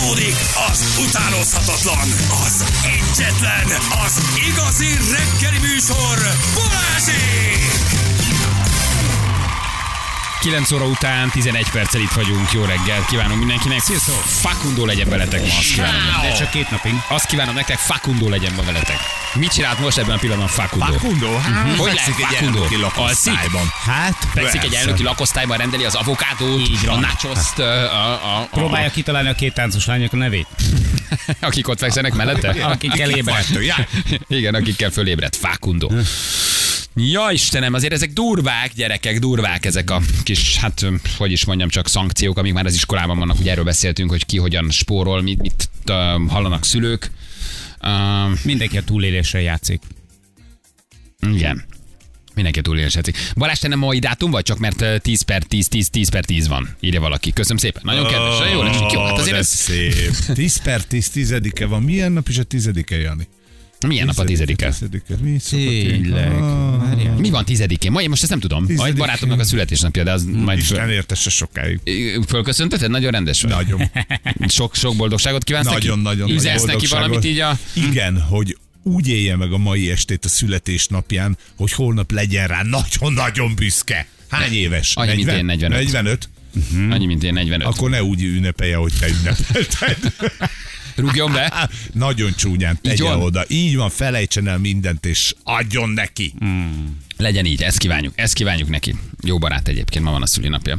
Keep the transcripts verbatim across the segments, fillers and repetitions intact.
Folytatódik az utánozhatatlan, az egyetlen, az igazi reggeli műsor, Balázsék! kilenc óra után tizenegy perccel itt vagyunk. Jó reggelt kívánunk mindenkinek. Sziasztok! Facundo legyen veletek ma, azt kívánom. De csak két napig. Azt kívánom nektek, Facundo legyen ma veletek. Mit csinált most ebben a pillanatban Facundo? Facundo? Hát, uh-huh. Hogy lehet Facundo? Alszik? Hát, fekszik egy elnöki lakosztályban, rendeli az avokádót, a nachoszt, a, a, a, próbálja kitalálni a két táncos lányok a nevét. Akik ott fekszenek mellette? Akikkel ébredt. Igen, akikkel fölébredt. Facundo. Ja, Istenem, azért ezek durvák, gyerekek, durvák ezek a kis, hát, hogy is mondjam, csak szankciók, amik már az iskolában vannak, ugye erről beszéltünk, hogy ki hogyan spórol, mit, mit uh, hallanak szülők. Uh, Mindenki a túlélésre játszik. Igen. Mindenki a túlélésre játszik. Balázs, te nem mai dátum vagy, csak mert tíz per tíz, tíz, tíz per tíz van. Írja valaki. Köszönöm szépen. Nagyon kedves. Nagyon jó, lesz. Jó, hát azért ez szép. tíz per tíz, tizedike van. Milyen nap is a tizedike, Jani? Milyen nap a tizedike? tizedike. Mi Tényleg. Ah. Mi van tizedikén? Ma én most ezt nem tudom. Majd barátomnak a születésnapja, de az majd... Isten értesse sokáig. Fölköszönteted? Nagyon rendes vagy. Nagyon. Sok, sok boldogságot kívánsz neki? Nagyon, nagyon. Üzensz neki valamit így a... Igen, hogy úgy élje meg a mai estét a születésnapján, hogy holnap legyen rá nagyon-nagyon büszke. Hány éves? Annyi, mint én, negyvenöt. negyvenöt? Uh-huh. Annyi, mint én, negyvenöt. Akkor ne úgy ünnepelje, hogy te ünnepelted. Rúgjon be. Nagyon csúnyán tegye van? oda. Így van, felejtsen el mindent, és adjon neki. Hmm. Legyen így, ezt kívánjuk, ezt kívánjuk neki. Jó barát egyébként, ma van a szülinapja.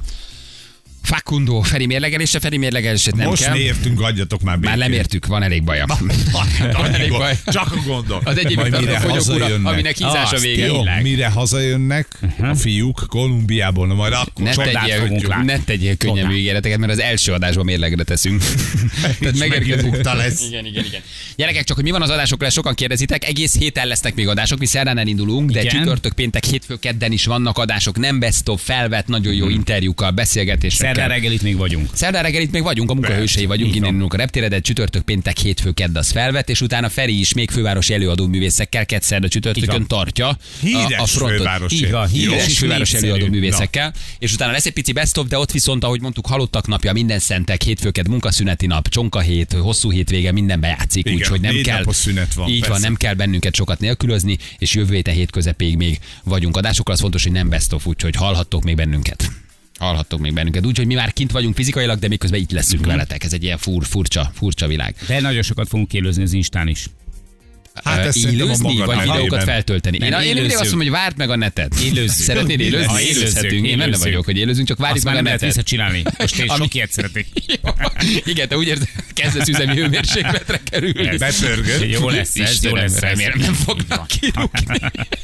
Facundo, Feri mérlegelése, Feri mérlegelését nem Most kell. Most értünk, adjatok már békén. Már lemértük, van elég baja. Van elég baj. Csak a gondol. Az egyik a fogyókúra, aminek hízás a vége. Jó, mire hazajönnek uh-huh. a fiúk Kolumbiából, na majd akkor ne tegyél, ne tegyél könnyebb ígéreteket, mert az első adásban mérlegre teszünk. Tehát megérkezünk. lesz. Igen, igen, igen. Gyerekek, csak hogy mi van az adásokra, sokan kérdezitek. Egész héten lesznek még adások, mi szerdán elindulunk, de csütörtök, péntek, hétfő, kedden is vannak adások, nem best of, felvett, nagyon jó interjúkkal, beszélgetésekkel. Szerdán reggel itt még vagyunk. Szerdán reggel itt még vagyunk, a munkahősei vagyunk, innen indulunk a reptére, de csütörtök, péntek, hétfő, kedd az felvett, és utána Feri is még fővárosi előadó művészekkel kedszerda csütörtökön tartja híres a, a frontot. Fővárosi. Így van, híres Jó, fővárosi előadó művészekkel, Na. és utána lesz egy pici best of, de ott viszont, ahogy mondtuk, halottak napja, minden szentek, hétfőked, munkaszüneti nap, csonka hét, hosszú hétvége, mindenbe játszik, úgyhogy nem kell. Van, így persze. van, nem kell bennünket sokat nélkülözni, és jövő héten hét közepéig még vagyunk adásokkal, az fontos, hogy nem best of, úgyhogy hallhattok még bennünket. Hallhattok még bennünket. Úgyhogy mi már kint vagyunk fizikailag, de még közben itt leszünk uh-huh. veletek. Ez egy ilyen fur, furcsa, furcsa világ. De nagyon sokat fogunk élőzni az Instán is. Hát ezt élőzni, vagy videókat feltölteni. Nem, én, én mindig azt mondom, hogy várd meg a netet. Élőzzük. Szeretnéd élőzni? Ha Élőzhetünk. Én benne vagyok, hogy élőzünk, csak várjuk meg a netet. Azt visszacsinálni. Most én sok ilyet szeretnék. Igen, te úgy érzed, kezdesz üzemi hőmérsékletre kerülni. Bepörgött. Jó lesz ez, jó lesz ez. Remélem nem fognak kirúgni.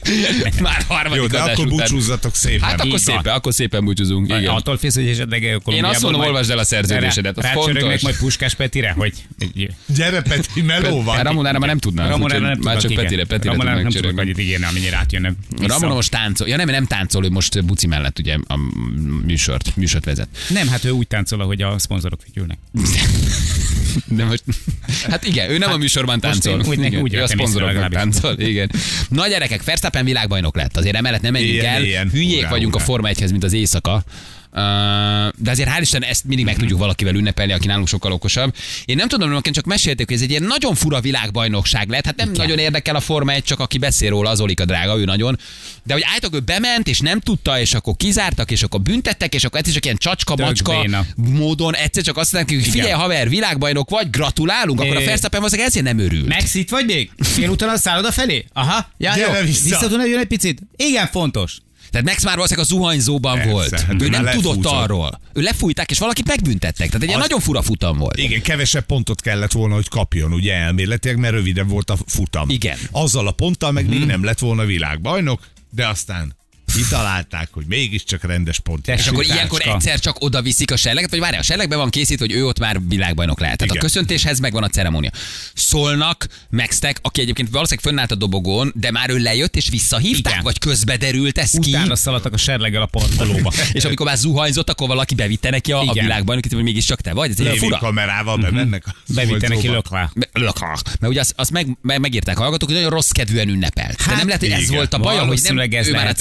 Már harmadik Jó, de adás akkor után. búcsúzzatok szépen. Hát akkor szépen, akkor szépen búcsúzunk. Igen. Attól félsz, hogy esetleg Kolumbiából. Én azt mondom, olvasd el a szerződésedet. Az fontos. Majd Puskás Petire, hogy... Gyere Peti, meló van. Ramonára már nem tudnám. Ramonára nem már csak Petire, Petire Ramonára nem tudok megcsörögni. annyit ígérni, amennyire átjönne. Ramona most táncol. Ja nem, nem táncol, ő most Buci mellett ugye a műsort, műsort vezet. Nem, hát ő úgy táncol, ahogy a szponzorok figyelnek. De most, hát igen, ő nem hát a műsorban táncol. Úgy, igen, úgy ő a szponzoroknak táncol. Igen. Na gyerekek, Verstappen világbajnok lett. Azért emellett nem menjünk ilyen, el. Ilyen, Hülyék urá, vagyunk urá. a Forma egyhez, mint az éjszaka. Uh, de azért hál' Isten ezt mindig meg tudjuk valakivel ünnepelni, aki nálunk sokkal okosabb. Én nem tudom, hogy csak mesélték, hogy ez egy ilyen nagyon fura világbajnokság lett. Hát nem igen. nagyon érdekel a Forma egy, csak aki beszél róla, az Olika drága, ő nagyon. De hogy álltak, ő bement, és nem tudta, és akkor kizártak, és akkor büntettek, és akkor egyszer csak ilyen csacska-macska módon egyszer csak azt mondják, hogy figyelj, haver, világbajnok vagy, gratulálunk, akkor a Verstappen valószínűleg ezért nem örült. Megsz vagy még? Én utána a szálloda felé? Aha, ja, Gyere jó. vissza. Vissza tudna jönni egy picit? Igen, fontos. Tehát Max már valószínűleg a zuhanyzóban Persze, volt. hát ő ő nem már tudott lefúzott. arról. Ő lefújták, és valakit megbüntettek. Tehát egy ilyen Az- nagyon fura futam volt. Igen, kevesebb pontot kellett volna, hogy kapjon, ugye elméletileg, mert rövidebb volt a futam. Igen. Azzal a ponttal meg még nem lett volna világbajnok, de aztán kitalálták, hogy mégiscsak rendes pont. És akkor Sütácska. ilyenkor egyszer csak oda viszik a serleget, vagy várjál, a serlegben van készít, hogy ő ott már világbajnok lehet. Tehát Igen. a köszöntéshez megvan a ceremónia. Szólnak, Maxtek, aki egyébként valószínűleg fönnállt a dobogón, de már ő lejött és visszahívták, Igen. vagy közbe derült ez ki. Utána szaladtak a serleggel a parkolóba. És amikor már zuhanyzott, akkor valaki bevitte neki a, a Igen. világbajnokit, hogy mégiscsak te vagy. Ez egy Lévi fura. kamerával bemennek. a Bevitte neki zuhanyzóba. löklá. Lökar. Mert ugye azt, azt meg, meg, megírták a hallgatók, hogy nagyon rossz kedvűen ünnepelt. Hát, de nem lehet, hogy ez igen. volt a baj, hogy nem, Valószínűleg ez ő már a lehet. célvonalon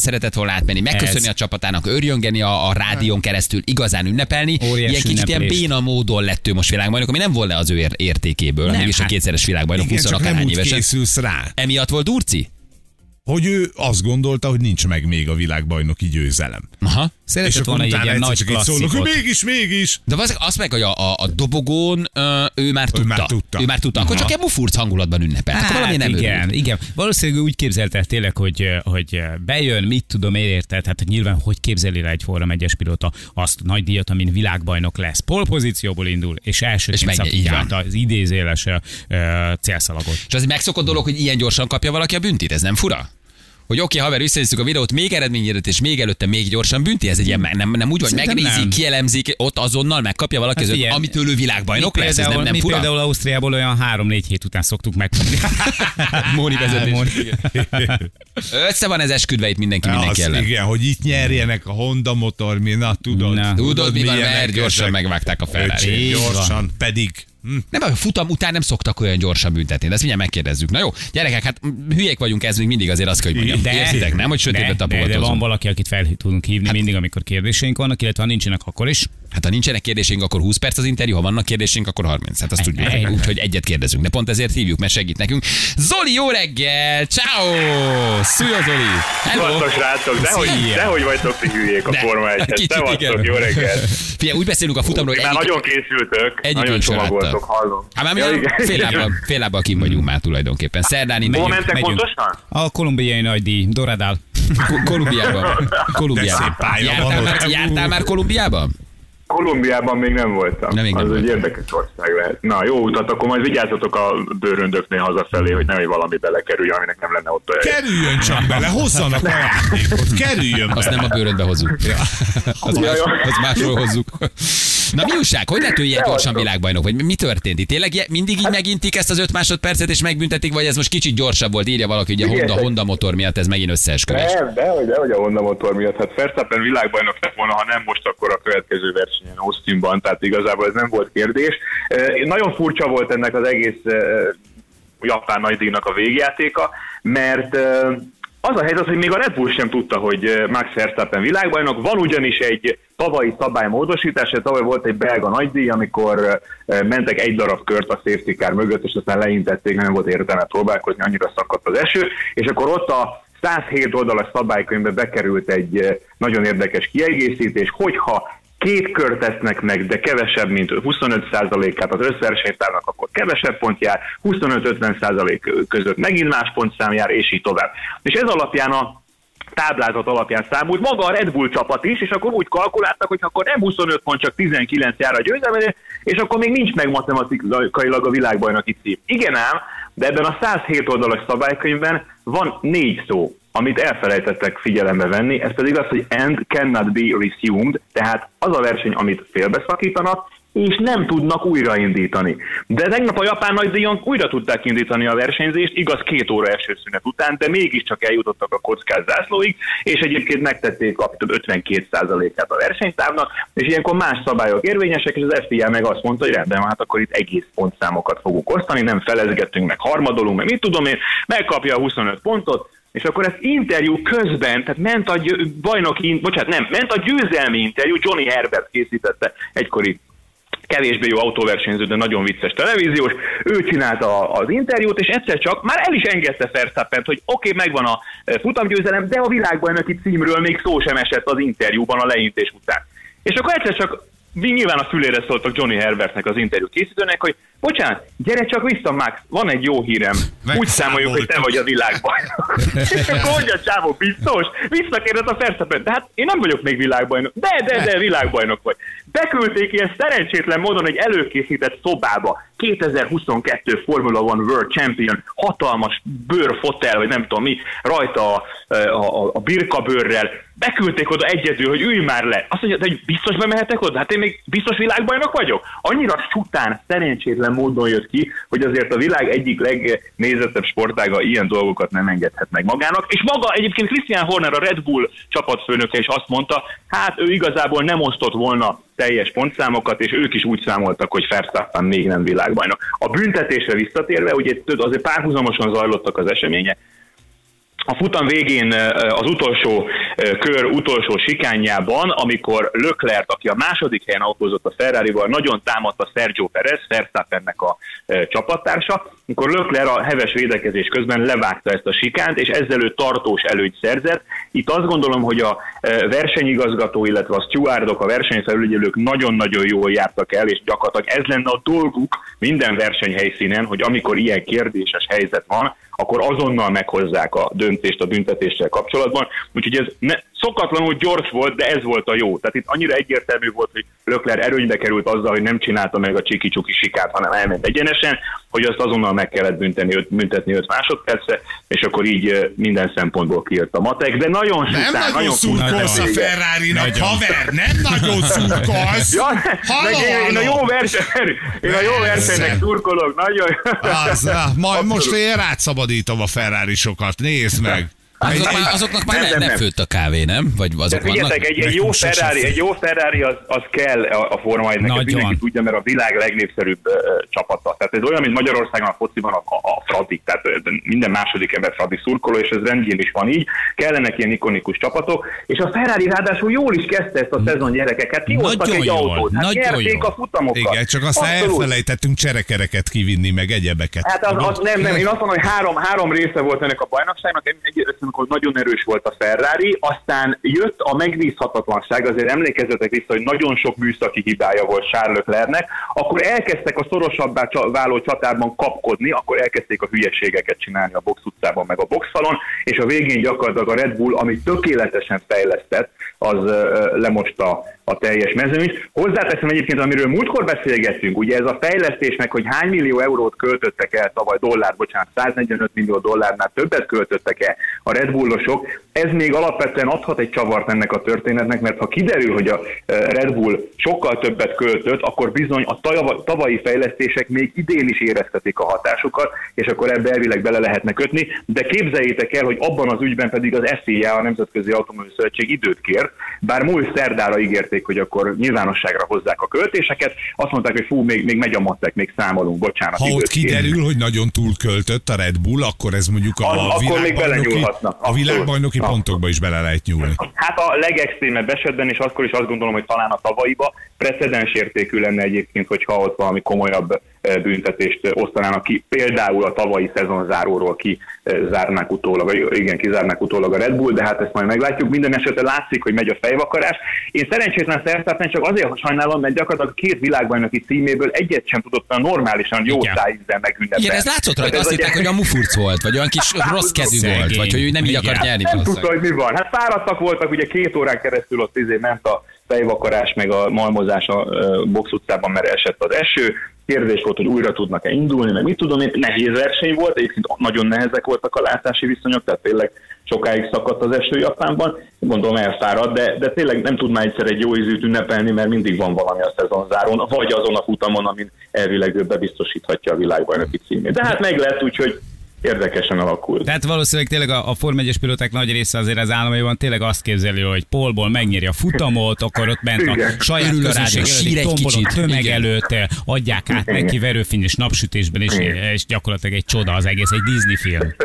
szeretett volna átmenni, megköszönni Ez. a csapatának, örjöngeni a, a rádión keresztül, igazán ünnepelni. Óriási Ilyen kicsit ilyen ünneplést. béna módon lett ő most világbajnok, ami nem volt le az ő ér- értékéből, Nem, mégis a hát- kétszeres világbajnok, Igen, húsz csak nem akárhány úgy évesen. készülsz rá, Emiatt volt Durci? hogy ő azt gondolta, hogy nincs meg még a világbajnoki győzelem. Aha. Szeretett volna egy utána ilyen egyszer nagy csak így szólnak, hogy klasszikot. mégis, mégis. De az, azt meg, hogy a, a, a dobogón ö, ő már tudta. már tudta. Ő már tudta. Akkor Aha. csak ilyen mufurc hangulatban ünnepelt. Hát, akkor valami nem igen, örült. igen. Valószínűleg úgy képzelte tényleg, hogy, hogy bejön, mit tudom, én érted, hát nyilván hogy képzeli le egy Forma egyes pilóta azt a nagy díjat, amin világbajnok lesz. Polpozícióból indul, és elsőként És menj, így szakítja van. át az idézéles ö, célszalagot. És az egy megszokott dolog, hogy ilyen gyorsan kapja valaki a büntit, ez nem fura? Hogy oké, haver, visszanézzük a videót, még eredményért, és még előtte még gyorsan bünti, ez egy ilyen, nem, nem úgy, hogy Szerintem megnézi, nem. kielemzik, ott azonnal megkapja valaki, Hát hát figyelj, amitől ő világbajnok Mi lesz, ez nem, például- nem mi fura? például Ausztriából olyan három-négy hét után szoktuk megkapni. Móni vezetés. Móni. Össze van ez esküdve itt mindenki mindenki Az, ellen. igen, hogy itt nyerjenek a Honda motor, mi, na tudod. Na. Tudod, mi van, milyenek mert gyorsan ezek? megvágták a Ferrari. Öcsém, Így van. gyorsan, pedig. Hm. Nem, a futam után nem szoktak olyan gyorsan büntetni, de ezt mindjárt megkérdezzük. Na jó, gyerekek, hát hülyék vagyunk, ez még mindig azért azt kell, hogy mondjam. De- Értitek, nem, hogy sötétbe de, de, de van tapogatózunk. valaki, akit fel tudunk hívni hát, mindig, amikor kérdéseink vannak, illetve ha nincsenek, akkor is. Hát ha nincsenek kérdéseink, akkor húsz perc az interjú, ha vannak kérdéseink, akkor harminc. Hát azt Egy- tudjuk, egy- úgyhogy egyet kérdezünk. De pont ezért hívjuk, mert segít nekünk. Zoli, jó reggel! Ciao! Szia, Zoli! Hello! Sziasztok, srácok! Dehogy, Szia. dehogy vagytok ti hülyék a De, Forma egyhez. kicsit Szevasztok, igen. jó reggel! Figyelj, úgy beszélünk a futamról, hogy Már egyik, nagyon készültök, egyikünk nagyon sem csomagoltok, látta. hallom. Hát már mi Ja, ja, igen. fél lábbal, fél lábbal kim vagyunk már tulajdonképpen. Szerdán Hol indulunk. mentek megyünk. pontosan? A kolumbiai nagydíj, Doradál. Ko- Kolumbiában. Kolumbiában. De szép pálya Jártál, van már, ott. jártál már Kolumbiában? Kolumbiában még nem voltam. Nem, még nem az egy voltam. érdekes ország lehet. Na, jó utat, akkor majd vigyázzatok a bőröndöknél hazafelé, hogy nehogy valami belekerülj, aminek nem lenne ott olyan. Kerüljön csak bele, hozzanak ajándékot, kerüljön Azt bele. nem a bőröndbe hozzuk. Az, más, Ja, ja. az másról hozzuk. Na mi újság? Hogy lett ő ilyen gyorsan világbajnok? Vagy mi történt itt? Tényleg ilyen- mindig így megintik ezt az öt másodpercet és megbüntetik, vagy ez most kicsit gyorsabb volt? Írja valaki, hogy a Honda, Honda motor miatt ez megint összeesküvés. Nem, dehogy, dehogy a Honda motor miatt. Hát Verstappen világbajnok lett volna, ha nem most, akkor a következő versenyen Austinban, tehát igazából ez nem volt kérdés. E, nagyon furcsa volt ennek az egész e, japán nagydíjnak a végjátéka, mert e, az a helyzet, hogy még a Red Bull sem tudta, hogy Max Verstappen világbajnok. Van ugyanis egy tavalyi szabálymódosítás, tavaly volt egy belga nagydíj, amikor mentek egy darab kört a safety car mögött, és aztán leintették, nem volt értelme próbálkozni, annyira szakadt az eső, és akkor ott a százhét oldalas szabálykönyvbe bekerült egy nagyon érdekes kiegészítés, hogyha két kört tesznek meg, de kevesebb, mint huszonöt százalékát az összversenytárnak, akkor kevesebb pont jár, huszonöt-ötven százalék között megint más pontszám jár, és így tovább. És ez alapján a táblázat alapján számult maga a Red Bull csapat is, és akkor úgy kalkuláltak, hogy akkor nem huszonöt pont, csak tizenkilenc jár a győzelem, és akkor még nincs meg matematikailag a világbajnoki cím. Igen ám, de ebben a százhét oldalas szabálykönyvben van négy szó, amit elfelejtettek figyelembe venni, ez pedig az, hogy and cannot be resumed, tehát az a verseny, amit félbeszakítanak, és nem tudnak újraindítani. De tegnap a japán nagydíjon újra tudták indítani a versenyzést, igaz két óra esőszünet után, de mégiscsak eljutottak a kockás zászlóig, és egyébként megtették a ötvenkét százalékát a versenytávnak, és ilyenkor más szabályok érvényesek, és az ef i á meg azt mondta, hogy rendben, hát akkor itt egész pontszámokat fogunk osztani, nem felezgetünk, meg harmadolunk, meg mit tudom én, megkapja a huszonöt pontot, és akkor ezt interjú közben, tehát ment a győ, bajnoki, bocsánat, nem, ment a győzelmi interjú, Johnny Herbert készítette, egykori kevésbé jó autóversenyző, de nagyon vicces televíziós, ő csinálta az interjút, és egyszer csak már el is engedte Verstappent, hogy oké, okay, megvan a futamgyőzelem, de a világbajnoki címről még szó sem esett az interjúban a leintés után. És akkor egyszer csak nyilván a fülére szóltak Johnny Herbertnek, az interjú készítőnek, hogy bocsánat, gyere csak vissza, Max, van egy jó hírem. Úgy számoljuk, hogy te vagy a világbajnok. És akkor mondja a csávó, biztos? Visszakérdez a Verstappen, de hát én nem vagyok még világbajnok. De, de, de, világbajnok vagy. Beküldték ilyen szerencsétlen módon egy előkészített szobába kétezer-huszonkettő Formula One World Champion, hatalmas bőrfotel, vagy nem tudom mi, rajta a, a, a birkabőrrel. Beküldték oda egyedül, hogy ülj már le. Azt mondja, hogy biztos bemehetek oda? Hát én még biztos világbajnok vagyok? Annyira csután, szerencsétlen módon jött ki, hogy azért a világ egyik legnézettebb sportága ilyen dolgokat nem engedhet meg magának. És maga egyébként Christian Horner, a Red Bull csapatfőnöke is azt mondta, hát ő igazából nem osztott volna teljes pontszámokat, és ők is úgy számoltak, hogy Verstappen még nem világbajnok. A büntetésre visszatérve, ugye azért párhuzamosan zajlottak az események, a futam végén az utolsó kör utolsó sikánjában, amikor Leclerc, aki a második helyen autózott a Ferrarival, nagyon támadta Sergio Perez, Verstappennek a csapattársa, amikor Leclerc a heves védekezés közben levágta ezt a sikánt, és ezzel ő tartós előnyt szerzett. Itt azt gondolom, hogy a versenyigazgató, illetve a stewardok, a versenyfelügyelők nagyon-nagyon jól jártak el, és gyakorlatilag ez lenne a dolguk minden versenyhelyszínen, hogy amikor ilyen kérdéses helyzet van, akkor azonnal meghozzák a döntést a büntetéssel kapcsolatban. Úgyhogy ez ne, szokatlanul gyors volt, de ez volt a jó. Tehát itt annyira egyértelmű volt, hogy Leclerc erőnybe került azzal, hogy nem csinálta meg a csiki-csuki sikát, hanem elment egyenesen, hogy azt azonnal meg kellett bünteni, büntetni öt másodpercre, és akkor így minden szempontból kijött a matek. De nagyon Nem sután, nagyon szurkolsz a Ferrari-nak, haver, nem nagyon szurkolsz. Ja, meg én, én a jó verseny, én a jó versenynek szurkolok, nagyon. Az, majd most én rátszabadítom a Ferrari-sokat, nézd meg. Azok már, azoknak már nem, nem, nem főtt a kávé, nem? Vagy azok de figyeljetek, egy, egy, jó Ferrari, egy jó Ferrari az, az kell a, a Forma egynek, ezt mindenki tudja, mert a világ legnépszerűbb uh, csapata. Tehát ez olyan, mint Magyarországon a fociban a, a, a Fradi, tehát minden második ember Fradi szurkoló, és ez rendjén is van így. Kellenek ilyen ikonikus csapatok, és a Ferrari ráadásul jól is kezdte ezt a szezon, gyerekek. Hát kihoztak egy jól, autót, hát nyerték a futamokat. Igen, csak aztán abszolút elfelejtettünk cserekereket kivinni, meg egyebeket. Hát az, az nem, nem, én azt mondom, hogy három, három része volt ennek a bajnokságnak, egy, amikor nagyon erős volt a Ferrari, aztán jött a megbízhatatlanság, azért emlékezzetek vissza, hogy nagyon sok műszaki hibája volt Charles Leclercnek, akkor elkezdtek a szorosabbá váló csatárban kapkodni, akkor elkezdték a hülyeségeket csinálni a box utcában, meg a boxfalon, és a végén gyakorlatilag a Red Bull, amit tökéletesen fejlesztett, az uh, lemosta a teljes mezőnyt. Hozzáteszem egyébként, amiről múltkor beszélgettünk, ugye ez a fejlesztésnek, hogy hány millió eurót költöttek el tavaly, dollár, bocsánat, száznegyvenöt millió dollárnál többet költöttek el a Red Bullosok, ez még alapvetően adhat egy csavart ennek a történetnek, mert ha kiderül, hogy a Red Bull sokkal többet költött, akkor bizony a tavalyi fejlesztések még idén is éreztetik a hatásukat, és akkor ebbe elvileg bele lehetne kötni, de képzeljétek el, hogy abban az ügyben pedig az ef i á, a Nemzetközi Automóbil Szövetség időt kért, bár múlt szerdára ígérték, hogy akkor nyilvánosságra hozzák a költéseket, azt mondták, hogy fú, még, még megy a matek, még számolunk, bocsánat. Ha ott kiderül, kér. hogy nagyon túlköltött a Red Bull, akkor ez mondjuk a, a világbajnoki, a világbajnoki pontokba is bele lehet nyúlni. Hát a legextrémebb esetben, és akkor is azt gondolom, hogy talán a tavalyiba precedens értékű lenne egyébként, hogyha ott valami komolyabb büntetést osztanának ki, például a tavalyi szezonzáróról kizárnák utólag, igen, kizárnák utólag a Red Bull, de hát ezt majd meglátjuk. Minden esetre látszik, hogy megy a fejvakarás. Én szerencsétlen Verstappen csak azért sajnálom, mert gyakorlatilag a két világbajnoki címéből egyet sem tudott a normálisan jó szájízben megünnepelni. Igen, ez látszott rajta, azt hitták, hogy a mufurc volt, vagy olyan kis rossz kezű volt, vagy hogy ő nem így akart nyerni. Nem tudta, hogy mi van. Hát fáradtak voltak, ugye két órán keresztül ott izé ment a fejvakarás, meg a malmozás a box utcában, mert esett az eső. Kérdés volt, hogy újra tudnak-e indulni, meg mit tudom én, nehéz verseny volt, egyébként nagyon nehezek voltak a látási viszonyok, tehát tényleg sokáig szakadt az eső Japánban, gondolom elfáradt, de, de tényleg nem tud már egyszer egy jó ízűt ünnepelni, mert mindig van valami a szezonzáron, vagy azon a futamon, amin elvileg ő bebiztosíthatja a világbajnoki címét. De hát meg lett, úgyhogy érdekesen alakult. Tehát valószínűleg tényleg a, a Forma egyes pilóták nagy része azért az államaiban tényleg azt képzeli, hogy pólból megnyeri a futamot, akkor ott bent a saját közönség sír egy kicsit, tömeg igen. előtt adják át igen. neki verőfény és napsütésben, és, és gyakorlatilag egy csoda az egész, egy Disney film.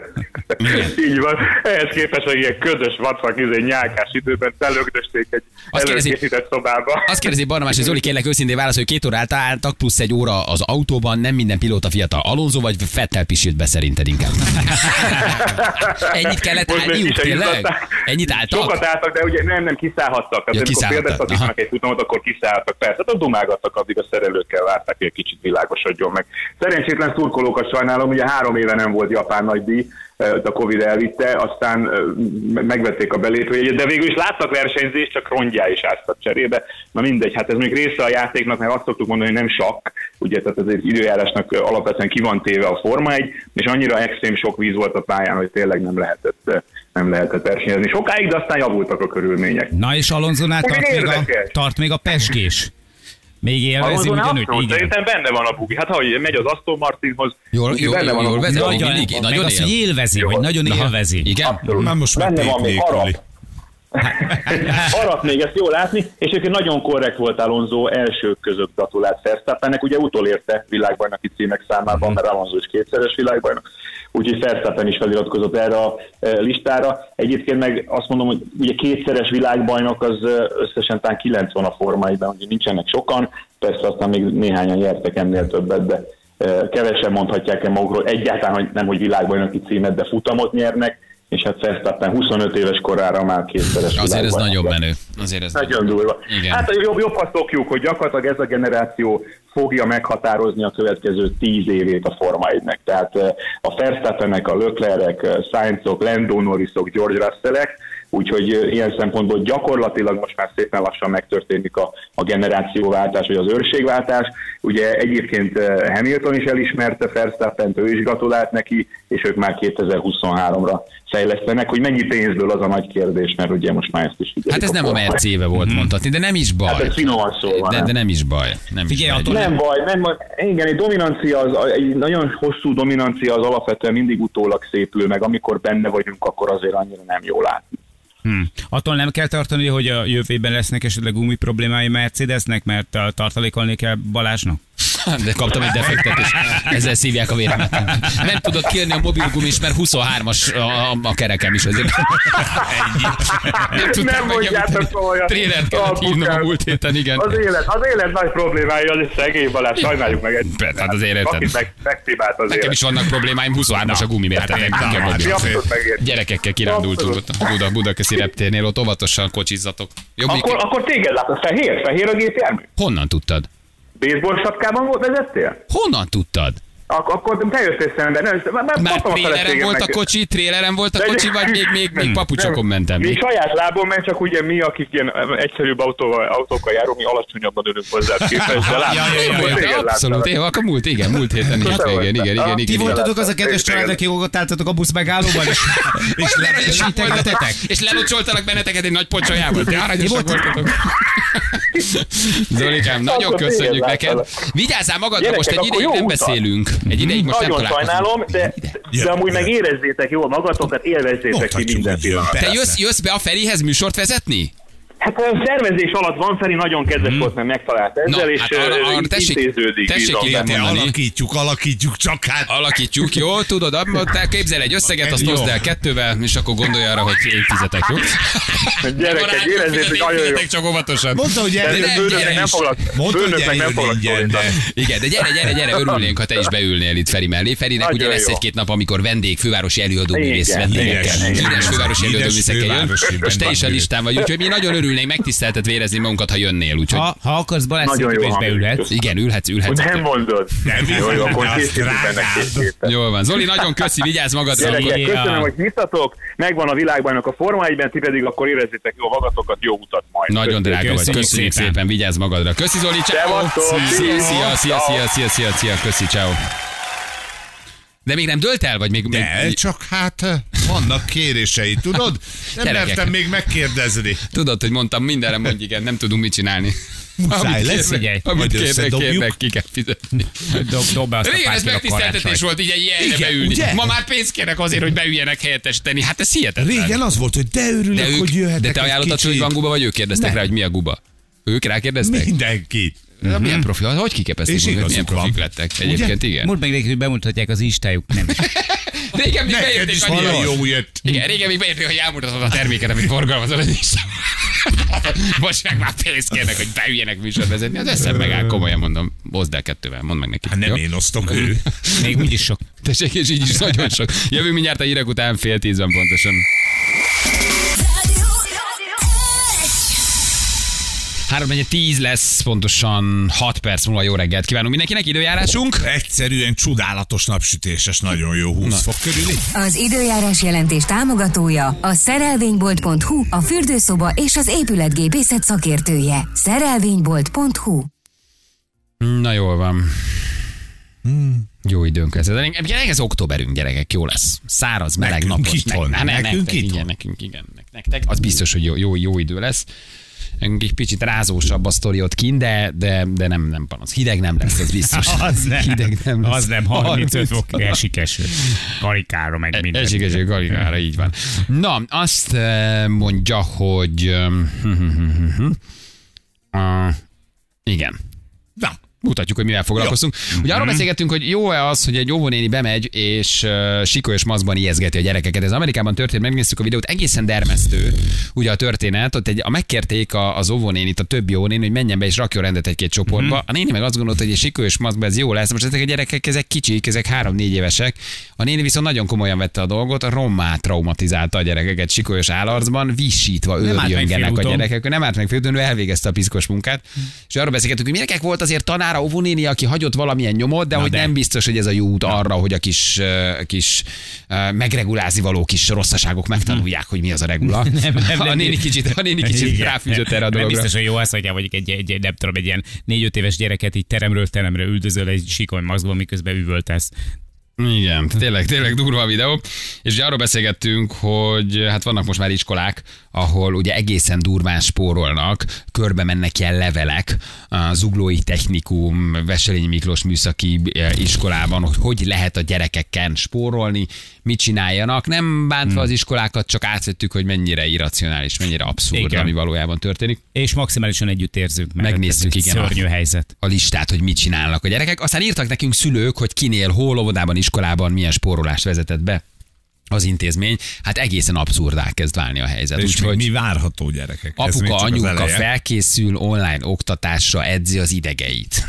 Így van. Ehhez képest, hogy ilyen ködös, vacak, izé, nyálkás időben telögdösték egy előkészített szobába. Azt kérdezi Barnabás, hogy Zoli, kérlek őszintén válasz, hogy két órát álltak, plusz egy óra az autóban, nem minden pilóta fiatal. Alonso vagy Vettel pisilt be szerinted inkább? Ennyit kellett állniuk, tényleg? Ennyit álltak? Sokat álltak, de ugye nem, nem kiszállhattak. Tehát ja, amikor példáztatnak egy futamot, akkor kiszálltak. Persze, hát dumágattak, addig a szerelőkkel várták, hogy egy kicsit világosodjon meg. Szerencsétlen szurkolókat sajnálom, ugye három éve nem volt japán nagydíj, a Covid elvitte, aztán megvették a belépőjegyet, de végül is láttak versenyzést, csak rongyá is áztak cserébe. Na mindegy, hát ez még része a játéknak, mert azt szoktuk mondani, hogy nem sakk, ugye, tehát ez egy időjárásnak alapvetően ki van téve a Forma egy, és annyira extrém sok víz volt a pályán, hogy tényleg nem lehetett, nem lehetett versenyezni sokáig, de aztán javultak a körülmények. Na és Alonsonál tart, még a, tart még a pesgés? Még élvezi ugyanúgy? Igen. Szerintem benne van a bugi. Hát ha megy az Aston Martinhoz, jól, jól, benne van jól a bugi. Nagyon, nagyon, nagyon az, hogy élvezi, hogy nagyon élvezi. Igen? Már most már benne van még arab. Arat még ezt jól látni, és egyébként nagyon korrekt volt Alonso, elsők között gratulált Verstappennek, ugye utolérte világbajnoki címek számában, mert Alonso is kétszeres világbajnok, úgyhogy Verstappen is feliratkozott erre a listára. Egyébként meg azt mondom, hogy ugye kétszeres világbajnok az összesen talán kilencven a formáiban, ugye nincsenek sokan, persze aztán még néhányan nyertek ennél többet, de kevesen mondhatják el magukról egyáltalán, hogy nem, hogy világbajnoki címet, de futamot nyernek, és hát Verstappen huszonöt éves korára már kétszeres Azért ez nagyon menő. Azért ez nagyon durva. Igen. Hát jobb, jobb azt szokjuk, hogy gyakorlatilag ez a generáció fogja meghatározni a következő tíz évét a Forma egynek. Tehát a Verstappenek, a Leclercek, Sainzok, Lando Norrisok, George Russellek, úgyhogy ilyen szempontból gyakorlatilag most már szépen lassan megtörténik a, a generációváltás, vagy az őrségváltás. Ugye egyébként Hamilton is elismerte Verstappent, ő is gratulált neki, és ők már kétezer-huszonháromra fejlesztenek, hogy mennyi pénzből az a nagy kérdés, mert ugye most már ezt is figyelik. Hát ez nem a Merci éve volt mondhatni, de nem is baj. Hát ez finoman szólva. De, de nem is baj. Nem, Figyelj, is baj. nem baj, nem baj. Igen, egy dominancia, az, egy nagyon hosszú dominancia az alapvetően mindig utólag szépül, meg amikor benne vagyunk, akkor azért annyira nem jól látni. Hmm. Attól nem kell tartani, hogy a jövőben lesznek esetleg gumi problémái Mercedesnek, mert tartalékolni kell Balázsnak? De kaptam egy defektet, és ezzel szívják a véremet. Nem tudod kérni a mobilgumis, mert huszonhármas a, a kerekem is azért. Nem, nem mondjátok komolyan. Trénert kellett hívnom a múlt héten, igen. Az élet, az élet nagy problémája, az is szegény Balázs, sajnáljuk meg egy. Hát az életem. Meg, megszibált az Nekem élet. is vannak problémáim, huszonhármas a gumi, miért nem gyerekekkel kirándultunk ott a Buda, Budakeszi reptérnél, ott óvatosan kocsizzatok. Akkor, akkor téged lát, fehér, fehér a gépjármű? Honnan tudtad? Baseball sapkában volt, vezettél? Honnan tudtad? Ak- akkor te jöttél szembe. Nem, már már tréleren volt a kocsi, tréleren volt a kocsi, vagy még, még, még papucsokon mentem? Mi saját lábon, mert csak ugye mi, akik ilyen egyszerűbb autóval, autókkal járunk, mi alacsonyabban ülünk hozzá képest, de látom. Abszolút, én akkor múlt, igen, múlt héten hétvégén, igen, igen, igen. Ti voltatok az a kedves család, akik ott álltatok a busz megállóban, és integetetek? És lelocsoltanak benneteket egy nagy pocsolyával. Te aranyosak voltatok. Zolikám, nagyon köszönjük neked. Vigyázzál magadra, most egy ideig nem beszélünk. Egy ideig most nagyon nem sajnálom, de, de amúgy meg érezzétek jól magatokat, élvezzétek ki minden pillanat. Te jössz, jössz be a Ferihez műsort vezetni? Hát a szervezés alatt van, Feri nagyon kedves volt, mert megtalált ezzel, no, és hát arra, arra, tessék, intéződik. Tessék ilyet mondani. Alakítjuk, alakítjuk, csak hát. Alakítjuk, jó, tudod, te képzel egy összeget, azt oszd el kettővel, és akkor gondolj arra, hogy én fizetek, jó? Gyerekek, érezzétek, nagyon jó. Csak óvatosan. Mondta, hogy Főnöknek nem foglak szólítani. Igen, de gyere, gyere, gyere, örülnénk, ha te is beülnél itt Feri mellé. Ferinek ugye lesz egy-két nap, amikor vendég, fővárosi előadó művész vendégekkel. Híres fővárosi előadó művészekkel jön, és te is a listán vagy, úgyhogy mi nagyon örülnénk, megtiszteltet vérezni magunkat, ha jönnél. Úgyhogy... Ha, ha akarsz, Balázs, szintén is beülhetsz. Igen, ülhetsz, ülhetsz. Nem mondod. Nem, jó, jó, akkor készítünk benne két. Jól van. Zoli, nagyon köszi, vigyázz magadra. Gyerekek, köszönöm, hogy hittatok. Megvan a világbajnok a Forma egyben, ti pedig akkor érezzétek jó magatokat, jó utat majd. Nagyon drága vagy, köszönjük szépen. szépen, vigyázz magadra. Köszi, Zoli, ciao. Szia, szia, szia, szia, szia, szia, szia, köszi, ciao. De még nem dölt el, vagy még... De még... csak hát vannak kérései, tudod? Nem Gyerekek. mertem még megkérdezni. Tudod, hogy mondtam, mindenre mondj igen, nem tudunk mit csinálni. Muszáj lesz, figyelj. Amit kérnek, kérnek, ki kell fizetni. Dob, dob be azt a régen ez megtiszteltetés volt így egy ilyenre beülni. Ugye? Ma már pénzt kérnek azért, hogy beüljenek helyettesíteni. Hát ez hihetetlen. Régen az volt, hogy de örülök, de ők, hogy jöhetek. De te ajánlottad, hogy van guba, vagy ők kérdeztek nem. rá, hogy mi a guba? Ők rákérdeztek? Mindenki. Mm-hmm. Milyen profi, hogy kiképezték meg, milyen profik van. lettek? Egyébként igen. Mondd meg nekik, hogy bemutatják az instájuk, nem. Régen még beérték, hogy jó jött. Igen, régen még beérték, hogy elmutatod a terméket, amit forgalmazol az Instán. Most meg már pénzt kérnek, hogy beüljenek műsorvezetni. Az eszem megáll, komolyan mondom. Hozd el kettővel, mondd meg neki. Hát nem jó? Én osztok, ő. Még úgyis sok. Tessék, és így is nagyon sok. Jövünk mindjárt a hírek után fél tízben pontosan. három tíz lesz, pontosan hat perc múlva. Jó reggelt kívánunk mindenkinek, időjárásunk. Egyszerűen csodálatos napsütéses, nagyon jó, húsz Na. fok körüli. Az időjárás jelentés támogatója a szerelvénybolt pont hu, a fürdőszoba és az épületgépészet szakértője. szerelvénybolt pont hu. Na jól van. Hmm. Jó időnk lesz. Ez októberünk, gyerekek, jó lesz. Száraz, meleg, nekünk napos. Itthon. Ne, ne, nekünk nektek, itthon. igen, nekünk, igen. Nektek, az biztos, hogy jó, jó, jó idő lesz. egy kicsit rázósabb a sztori ott kint, de, de, de nem, nem panasz. Hideg nem lesz, az biztos. Az nem, Hideg nem lesz. Az nem, harmincöt fok esik eső. Karikára meg minden. Esik eső, karikára, így van. Na, azt mondja, hogy uh, igen. Na. Mutatjuk, hogy mivel foglalkozunk. Jó. Ugye arról beszélgettünk, hogy jó-e az, hogy egy óvónéni bemegy, és uh, sikolyos maszkban ijeszgeti a gyerekeket. Ez Amerikában történt, megnéztük a videót, egészen dermesztő ugye a történet. Ott egy, a megkérték a, az óvónénit, a többi óvónéni, hogy menjen be és rakjon rendet egy-két csoportba. Uh-huh. A néni meg azt gondolta, hogy egy sikolyos maszkban ez jó lesz. Most ezek a gyerekek, ezek kicsik, ezek három-négy évesek. A néni viszont nagyon komolyan vette a dolgot, rommá traumatizálta a gyerekeket sikolyos állarcban, visítva őrjöngenek a gyerekek. Nem állt meg félúton, ő elvégezte a piszkos munkát. És arról beszélgettünk, hogy minek volt azért tanár a óvónéni, aki hagyott valamilyen nyomot, de Na hogy de. nem biztos, hogy ez a jó út arra, hogy a kis, uh, kis uh, megregulázni való kis rosszaságok megtanulják, hogy mi az a regula. Nem, nem, nem, a néni kicsit, a néni kicsit ráfűzött erre a dologra. Nem biztos, hogy jó az, hogy vagy egy, egy, egy, nem tudom, egy ilyen négy-öt éves gyereket így teremről teremre üldözöl egy sikoly maszkban, miközben üvöltesz. Igen, tényleg, tényleg durva a videó. És ugye arról beszélgettünk, hogy hát vannak most már iskolák, ahol ugye egészen durván spórolnak, körbe mennek ilyen levelek, a Zuglói Technikum, Wesselényi Miklós Műszaki Iskolában, hogy hogy lehet a gyerekeken spórolni, mit csináljanak. Nem bántva hmm. az iskolákat, csak átvettük, hogy mennyire irracionális, mennyire abszurd, igen. ami valójában történik. És maximálisan együtt érzünk. Megnézzük, igen, szörnyű a, helyzet. a listát, hogy mit csinálnak a gyerekek. Aztán írtak nekünk szülők, hogy kinél, hol, óvodában, iskolában milyen spórolást vezetett be az intézmény. Hát egészen abszurdá kezd válni a helyzet. És Úgy, mi várható, gyerekek? Apuka, anyuka felkészül, online oktatásra edzi az idegeit.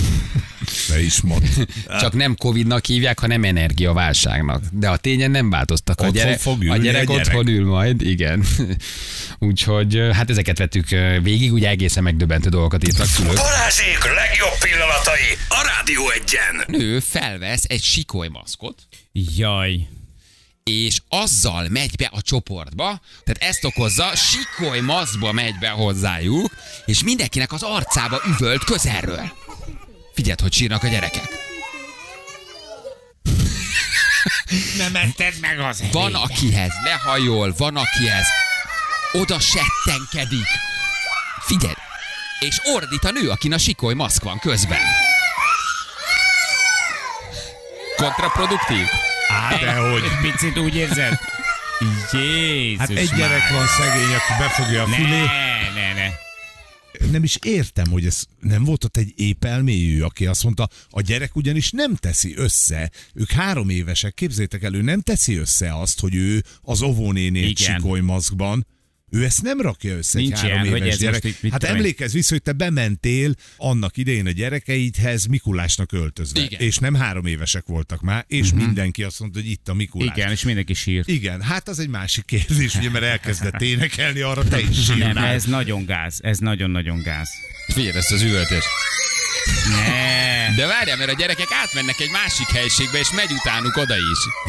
Ne is mondd. Csak nem Covidnak hívják, hanem energiaválságnak. De a tényen nem változtak. A gyerek, fog ülni, a gyerek a gyerek otthon ül majd, igen. Úgyhogy hát ezeket vettük végig, ugye egészen megdöbbentő dolgokat írtak szülők. Balázsék legjobb pillanatai a Rádió Egyen. Nő felvesz egy sikolymaszkot. Jaj. És azzal megy be a csoportba, tehát ezt okozza, sikoly maszkba megy be hozzájuk, és mindenkinek az arcába üvölt közelről. Figyeld, hogy sírnak a gyerekek. Nem etted meg az Van vége. Akihez lehajol, van akihez oda settenkedik. Figyeld, és ordít a nő, akin a sikoly maszk van közben. Kontraproduktív? Á, dehogy. Picit úgy érzed? Jézus Hát egy gyerek van szegény, aki befogja a fülét. Ne, ne, ne. Nem is értem, hogy ez nem volt ott egy épelmélyű, aki azt mondta, a gyerek ugyanis nem teszi össze, ők három évesek, képzétek el, ő nem teszi össze azt, hogy ő az óvónéni egy sikolymaszkban. Ő ezt nem rakja össze. Nincs egy három ilyen, éves gyerek. Hát emlékezz vissza, hogy te bementél annak idején a gyerekeidhez Mikulásnak öltözve. Igen. És nem három évesek voltak már, és uh-huh. mindenki azt mondta, hogy itt a Mikulás. Igen, és mindenki sírt. Igen, hát az egy másik kérdés, ugye, mert elkezdett énekelni, arra te is sírnál. Nem, ez nagyon gáz, ez nagyon-nagyon gáz. Figyelj ezt az üvöltést. Ne. De várjál, mert a gyerekek átmennek egy másik helységbe, és megy utánuk oda is.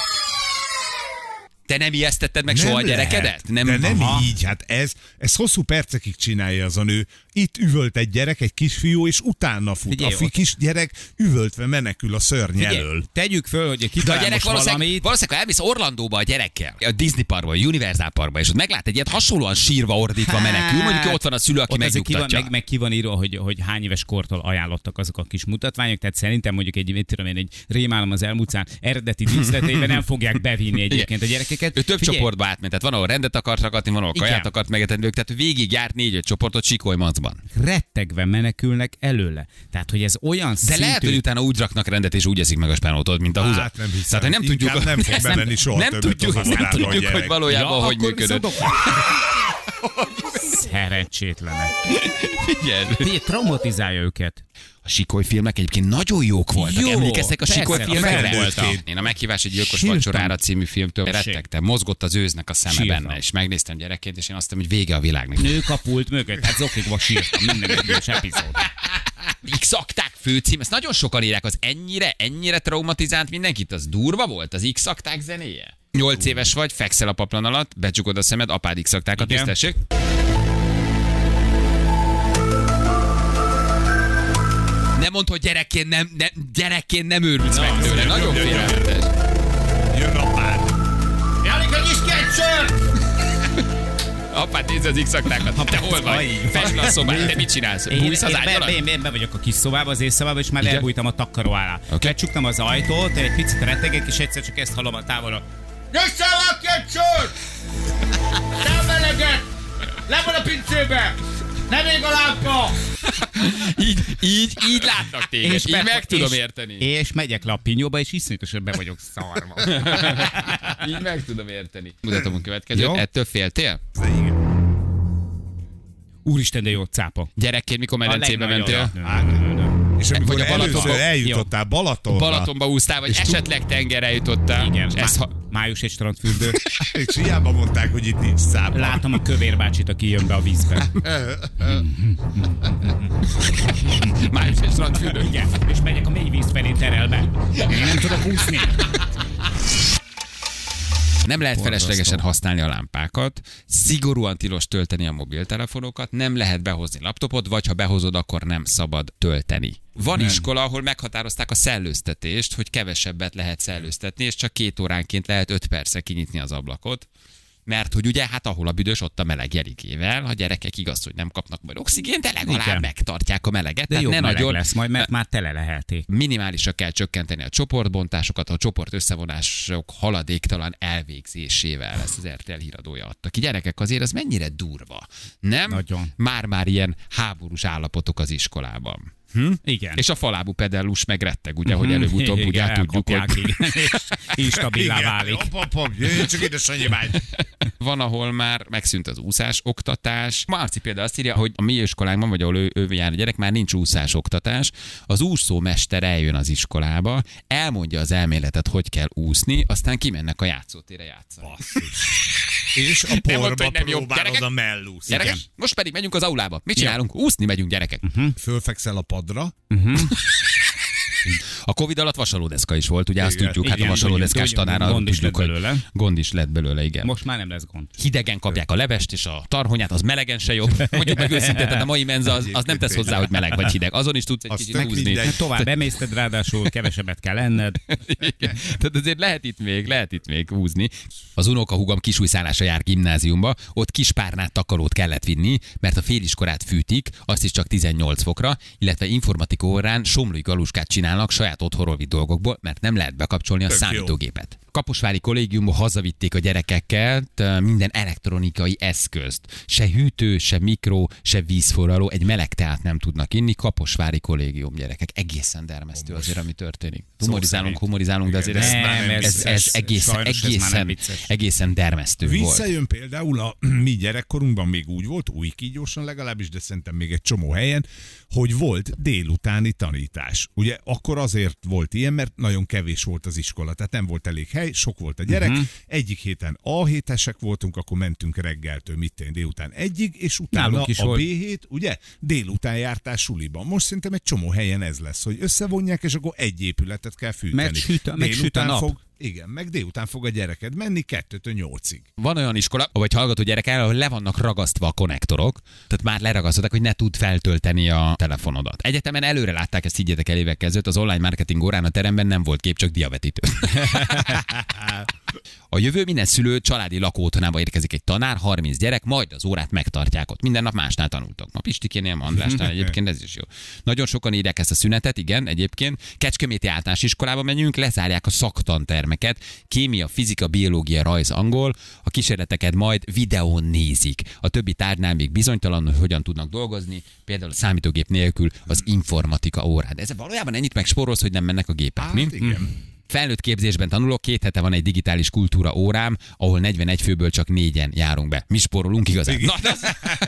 Te nem ijesztetted meg nem soha a gyerekedet? Nem, de nem aha. így, hát ez, ez hosszú percekig csinálja az a nő. Itt üvölt egy gyerek, egy kisfiú, és utána fut. Figyelj, a fi, kis gyerek üvöltve menekül a szörny Figyelj, elől. Tegyük föl, hogy de a gyerek valószínűleg, valószínűleg, ha elmész Orlandóba a gyerekkel, a Disney parkba, a Universal parkba, és ott meglát egy ilyet hasonlóan sírva, ordítva hát, menekül, mondjuk ott van a szülő, aki megnyugtatja. Ki van, meg, meg ki van írva, hogy, hogy hány éves kortól ajánlottak azok a kis mutatványok, tehát szerintem mondjuk egy, mit tudom én, egy Rémálom az elmúcán eredeti díszletében nem fogják bevinni egyébként a gyerekeket. Ő több Figyelj. csoportba átment, tehát van, ahol rendet akart rakatni, van, ahol Igen. kaját akart megetenni, tehát végig járt négy-öt csoportot sikolymaszkban. Rettegve menekülnek előle. Tehát, hogy ez olyan De szintű... lehet, hogy utána úgy raknak rendet, és úgy eszik meg a spánótot, mint a húza. Hát nem hiszem. Tehát, hogy nem Inkább tudjuk, nem fog bemenni soha nem többet tudjuk, az nem tudjuk, gyerek. hogy valójában ja, hogy működött. Szerencsétlenek. Figyelj. Figyelj, traumatizálja őket. A sikolyfilmek egyébként nagyon jók voltak. Jó, Emlékeztek a sikolyfilmekre? A Én a Meghívás egy gyilkos vacsorára című filmtől rettegtem. Mozgott az őznek a szeme sírtam. Benne, és megnéztem gyerekként, és én azt mondtam, hogy vége a világnak. Nők a pult mögött, hát zokikba sírtam minden egyes epizód. X-akták főcím, ezt nagyon sokan írják, az ennyire, ennyire traumatizált mindenkit, az durva volt, az X-akták zenéje. Nyolc éves vagy, fekszel a paplan alatt, becsukod a szemed, apád X-aktákat, tisztessék. Nem mondd, hogy gyerekként nem, ne, gyerekként nem őrülsz no, meg tőle. Nagyon félelmetes. Jön apád. Jalik, egy is ketchup! Apád nézze az X-aktákat. Te hol vagy? Fesd le a szobát. Te mit csinálsz? Bújsz az ágy alatt? Én, én be vagyok a kis szobában, az éjszobában, és már Igen? elbújtam a takaró alá. Okay. Becsuktam az ajtót, egy picit rettegek, és egyszer csak ezt hallom a távolra. Jössz el valaki egy sört! Nem meleget! Le van a pincébe! Nem ég a lámpa! Így, így, így látnak téged. És így be, meg tudom és, érteni. És megyek le a pinyóba, és iszonyatosan be vagyok szarva. Így meg tudom érteni. Mutatom a következőt. Jó. Ettől féltél? Úristen, de jó cápa. Gyerekként, mikor medencébe mentél? És amikor Vagy a Balatonba- először eljutottál Balatonba, Balatonba úsztál, vagy esetleg tengerre jutottál. Igen, Ez má- ha... május egy strandfürdő. és hiába mondták, hogy itt nincs szápa. Látom a kövér bácsit, aki jön be a vízbe. Május egy strandfürdő. Igen, és megyek a mély víz felé terelve. Én nem tudok úszni. Nem lehet feleslegesen használni a lámpákat, szigorúan tilos tölteni a mobiltelefonokat, nem lehet behozni laptopot, vagy ha behozod, akkor nem szabad tölteni. Van nem. iskola, ahol meghatározták a szellőztetést, hogy kevesebbet lehet szellőztetni, és csak két óránként lehet öt percre kinyitni az ablakot. Mert hogy ugye, hát ahol a büdös, ott a meleg jelikével, a gyerekek igaz, hogy nem kapnak majd oxigént, de legalább Igen. megtartják a meleget. De Tehát jó ne meleg nagyon lesz majd, mert már tele lehetik. Minimálisra kell csökkenteni a csoportbontásokat, a csoport összevonások haladéktalan elvégzésével. Ezt az er té el híradója adta ki. Gyerekek, azért az mennyire durva, nem? Nagyon. Már-már ilyen háborús állapotok az iskolában. Hm? Igen. És a falábú pedellus meg retteg, ugye, hogy előbb-utóbb Igen, ugye tudjuk, elkapják, hogy... igen, és instabilá válik. Hopp, hopp, hopp, jöjjön csak ide, Sanyi bágy. Van, ahol már megszűnt az úszás oktatás. Marci például azt írja, hogy a mi iskolánkban, vagy ahol ő, ő jár a gyerek, már nincs úszás oktatás. Az úszómester eljön az iskolába, elmondja az elméletet, hogy kell úszni, aztán kimennek a játszótérre játszani. És a Nem mondta, porba hogy nem jó. próbálod Gyerekek? a mellúsz. Gyerekek, most pedig megyünk az aulába. Mit csinálunk? Úszni megyünk, gyerekek. Fölfekszel a padra, A Covid alatt vasalódeszka is volt, ugye azt Igen, tudjuk, hát a igen, vasalódeszkás tudjuk, tanára gond is tudjuk, lett hogy belőle. gond is lett belőle, igen. Most már nem lesz gond. Hidegen kapják a levest és a tarhonyát, az melegen se jobb. Mondjuk meg őszintén, tehát a mai menza az, az nem tesz hozzá, hogy meleg vagy hideg. Azon is tudsz egy Az kicsit tök húzni. mindegy. Hát tovább emészted, ráadásul kevesebbet kell enned. Igen. Tehát azért lehet itt még, lehet itt még húzni. Az unokahúgom kisújszállása jár gimnáziumba, ott kispárnát takarót kellett vinni, mert a féliskolát fűtik, azt is csak tizennyolc fokra, illetve informatika órán somlói galuskát csinálnak saját otthonról vitt dolgokból, mert nem lehet bekapcsolni a Tök jó. számítógépet. Kaposvári kollégiumba hazavitték a gyerekeket minden elektronikai eszközt. Se hűtő, se mikro, se vízforraló, egy meleg teát nem tudnak inni. Kaposvári kollégium gyerekek. Egészen dermesztő azért, ami történik. Humorizálunk, humorizálunk, de azért ez, Nem, ez, ez, ez egészen, sajnos ez már nem egészen, vicces. egészen dermesztő volt. Visszajön például a mi gyerekkorunkban még úgy volt, új kígyósan legalábbis, de szerintem még egy csomó helyen, hogy volt délutáni tanítás. Ugye akkor azért volt ilyen, mert nagyon kevés volt az iskola, tehát nem volt elég hely, sok volt a gyerek. Uh-huh. Egyik héten A hétesek voltunk, akkor mentünk reggeltől, mit én, délután egyig, és utána Nálunk is a volt. B hét, ugye, délután jártál suliban. Most szerintem egy csomó helyen ez lesz, hogy összevonják, és akkor egy épületet kell fűteni. Mert süt a- meg süt a Délután nap. Fog, igen, meg délután fog a gyereked menni kettőtől nyolcig. Van olyan iskola, vagy hallgató gyerek el, ahol le vannak ragasztva a konnektorok, tehát már leragasztották, hogy ne tud feltölteni a telefonodat. Egyetemen előre látták, ezt higgyetek el évekkel ezelőtt, az online marketing órán a teremben nem volt kép, csak diavetítő. A jövő minden szülő családi lakóotthonába érkezik egy tanár, harminc gyerek, majd az órát megtartják ott. Minden nap másnál tanultok. Ma Pistikénél, ma Andrásnál egyébként ez is jó. Nagyon sokan írják ezt a szünetet, igen, egyébként. Kecskeméti általános iskolába megyünk, lezárják a szaktantermeket, kémia, fizika, biológia, rajz, angol, a kísérleteket majd videón nézik. A többi tárgynál még bizonytalan, hogy hogyan tudnak dolgozni, például a számítógép nélkül az informatika órán. De ez valójában ennyit megspórolsz, hogy nem mennek a gépek, mi? Hát igen. Felnőtt képzésben tanulok, két hete van egy digitális kultúra órám, ahol negyvenegy főből csak négyen járunk be. Mi spórolunk igazán. Na, az...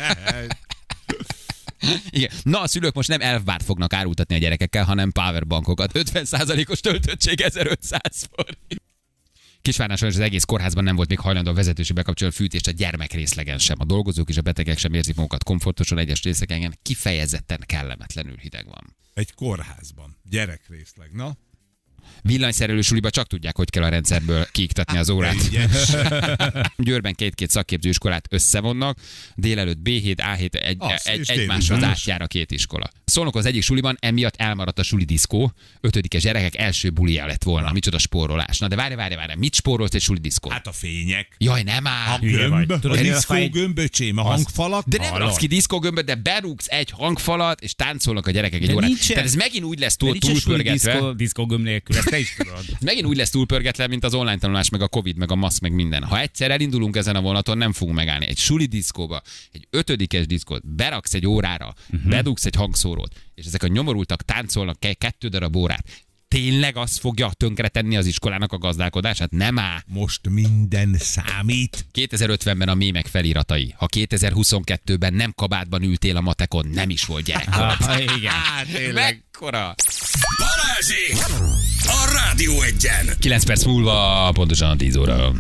Igen. Na, a szülők most nem elfbárt fognak árultatni a gyerekekkel, hanem powerbankokat. ötven százalékos töltöttség ezerötszáz forint. Kisvárnáson az egész kórházban nem volt még hajlandó a vezetőség bekapcsolni a fűtést a gyermekrészlegen sem. A dolgozók és a betegek sem érzik magukat komfortosan, egyes részeken kifejezetten kellemetlenül hideg van. Egy kórházban. Gyerekrészleg, na? Villanyszerelő suliba csak tudják, hogy kell a rendszerből kiiktatni az órát. Győrben két-két szakképzőiskolát összevonnak, délelőtt bé hét, á hét egy, egy, egymáshoz átjár a két iskola. Szolnok az egyik suliban, emiatt elmaradt a suli diszkó, ötödikes gyerekek első bulija lett volna. Na. Micsoda spórolás. Na de várj, várj, várj, mit spórolt egy suli diszkó? Hát a fények. Jaj, nem áll. A gömb, a diszkógömböcsém, a hangfalak. De nem raksz ki diszkógömböt, de berúgsz egy hangfalat, és táncolnak a gyerekek egy órát. Tehát ez megint úgy lesz túl, túlpörgetve. Diszkógömb nélkül, ezt te is tudod. Megint úgy lesz túlpörgetve, mint az online tanulás, meg a Covid, meg a maszk, meg minden. Ha egyszer elindulunk ezen a vonaton, nem fogunk megállni. Egy suli diszkóba, egy ötödikes diszkót, beraksz egy órára, uh-huh. bedugsz egy hangszórót, és ezek a nyomorultak táncolnak kettő darab órát. Tényleg az fogja tönkretenni az iskolának a gazdálkodását? Nem áll. Most minden számít. kétezer-ötvenben a mémek feliratai. Ha kétezer-huszonkettőben nem kabátban ültél a matekon, nem is volt gyerekkorod. Ah, igen. Hát, mekkora? Balázsék! A Rádió Egyen! kilenc perc múlva, pontosan a tíz óra.